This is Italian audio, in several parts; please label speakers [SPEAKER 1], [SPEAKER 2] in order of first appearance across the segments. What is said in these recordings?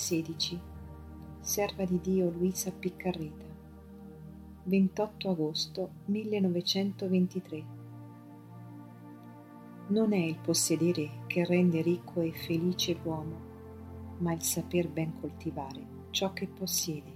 [SPEAKER 1] 16. Serva di Dio Luisa Piccarreta. 28 agosto 1923. Non è il possedere che rende ricco e felice l'uomo, ma il saper ben coltivare ciò che possiede.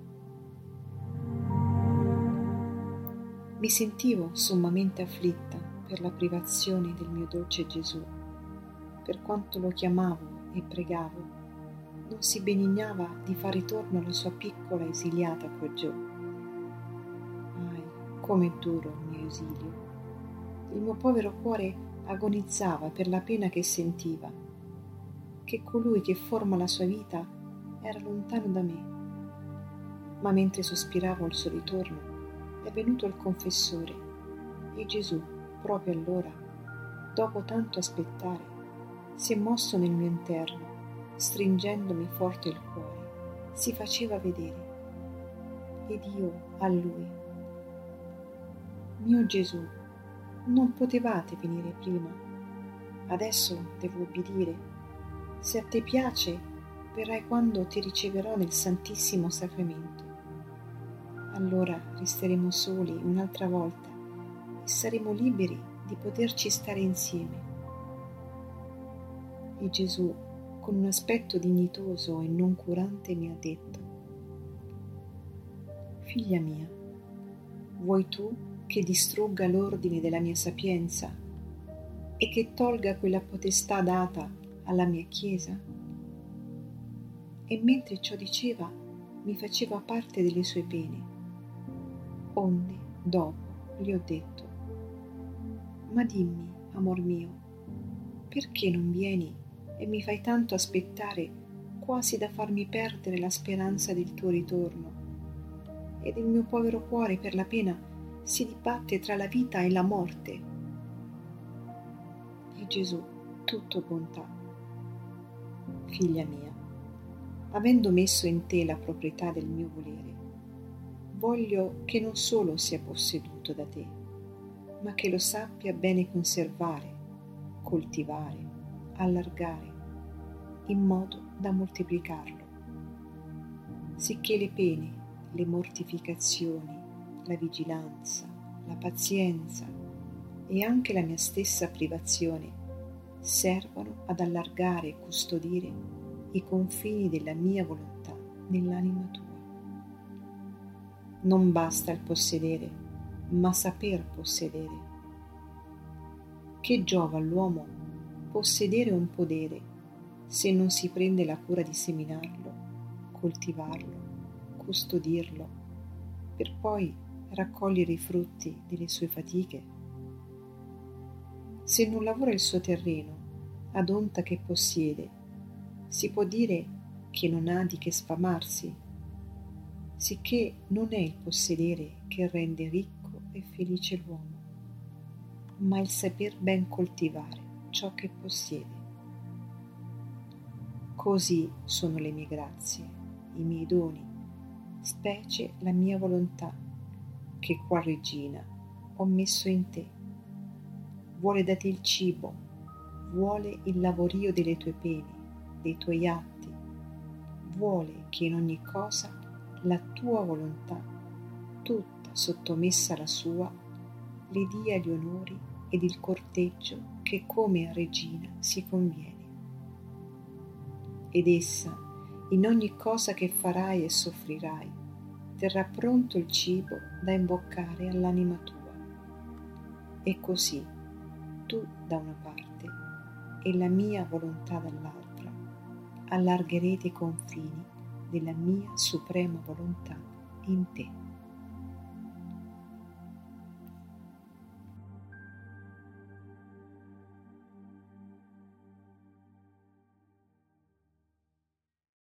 [SPEAKER 1] Mi sentivo sommamente afflitta per la privazione del mio dolce Gesù. Per quanto lo chiamavo e pregavo, non si benignava di far ritorno alla sua piccola esiliata qua giù. Ahi, com'è duro il mio esilio! Il mio povero cuore agonizzava per la pena che sentiva, che colui che forma la sua vita era lontano da me. Ma mentre sospiravo al suo ritorno, è venuto il confessore e Gesù, proprio allora, dopo tanto aspettare, si è mosso nel mio interno, stringendomi forte il cuore, si faceva vedere. Ed io a lui: mio Gesù, non potevate venire prima, adesso devo obbedire. Se a te piace, verrai quando ti riceverò nel Santissimo Sacramento. Allora resteremo soli un'altra volta e saremo liberi di poterci stare insieme. E Gesù, con un aspetto dignitoso e noncurante, mi ha detto: figlia mia, vuoi tu che distrugga l'ordine della mia sapienza e che tolga quella potestà data alla mia Chiesa? E mentre ciò diceva, mi faceva parte delle sue pene. Onde, dopo, gli ho detto: ma dimmi, amor mio, perché non vieni e mi fai tanto aspettare, quasi da farmi perdere la speranza del tuo ritorno? Ed il mio povero cuore per la pena si dibatte tra la vita e la morte. E Gesù, tutto bontà: figlia mia, avendo messo in te la proprietà del mio volere, voglio che non solo sia posseduto da te, ma che lo sappia bene conservare, coltivare, allargare, in modo da moltiplicarlo, sicché le pene, le mortificazioni, la vigilanza, la pazienza e anche la mia stessa privazione servono ad allargare e custodire i confini della mia volontà nell'anima tua. Non basta il possedere, ma saper possedere. Che giova all'uomo possedere un podere se non si prende la cura di seminarlo, coltivarlo, custodirlo, per poi raccogliere i frutti delle sue fatiche? Se non lavora il suo terreno ad onta che possiede, si può dire che non ha di che sfamarsi, sicché non è il possedere che rende ricco e felice l'uomo, ma il saper ben coltivare ciò che possiede. Così sono le mie grazie, i miei doni, specie la mia volontà, che qua, Regina, ho messo in te. Vuole da te il cibo, vuole il lavorio delle tue pene, dei tuoi atti, vuole che in ogni cosa la tua volontà, tutta sottomessa alla sua, le dia gli onori ed il corteggio che come a regina si conviene. Ed essa, in ogni cosa che farai e soffrirai, terrà pronto il cibo da imboccare all'anima tua. E così, tu da una parte e la mia volontà dall'altra, allargherete i confini della mia suprema volontà in te.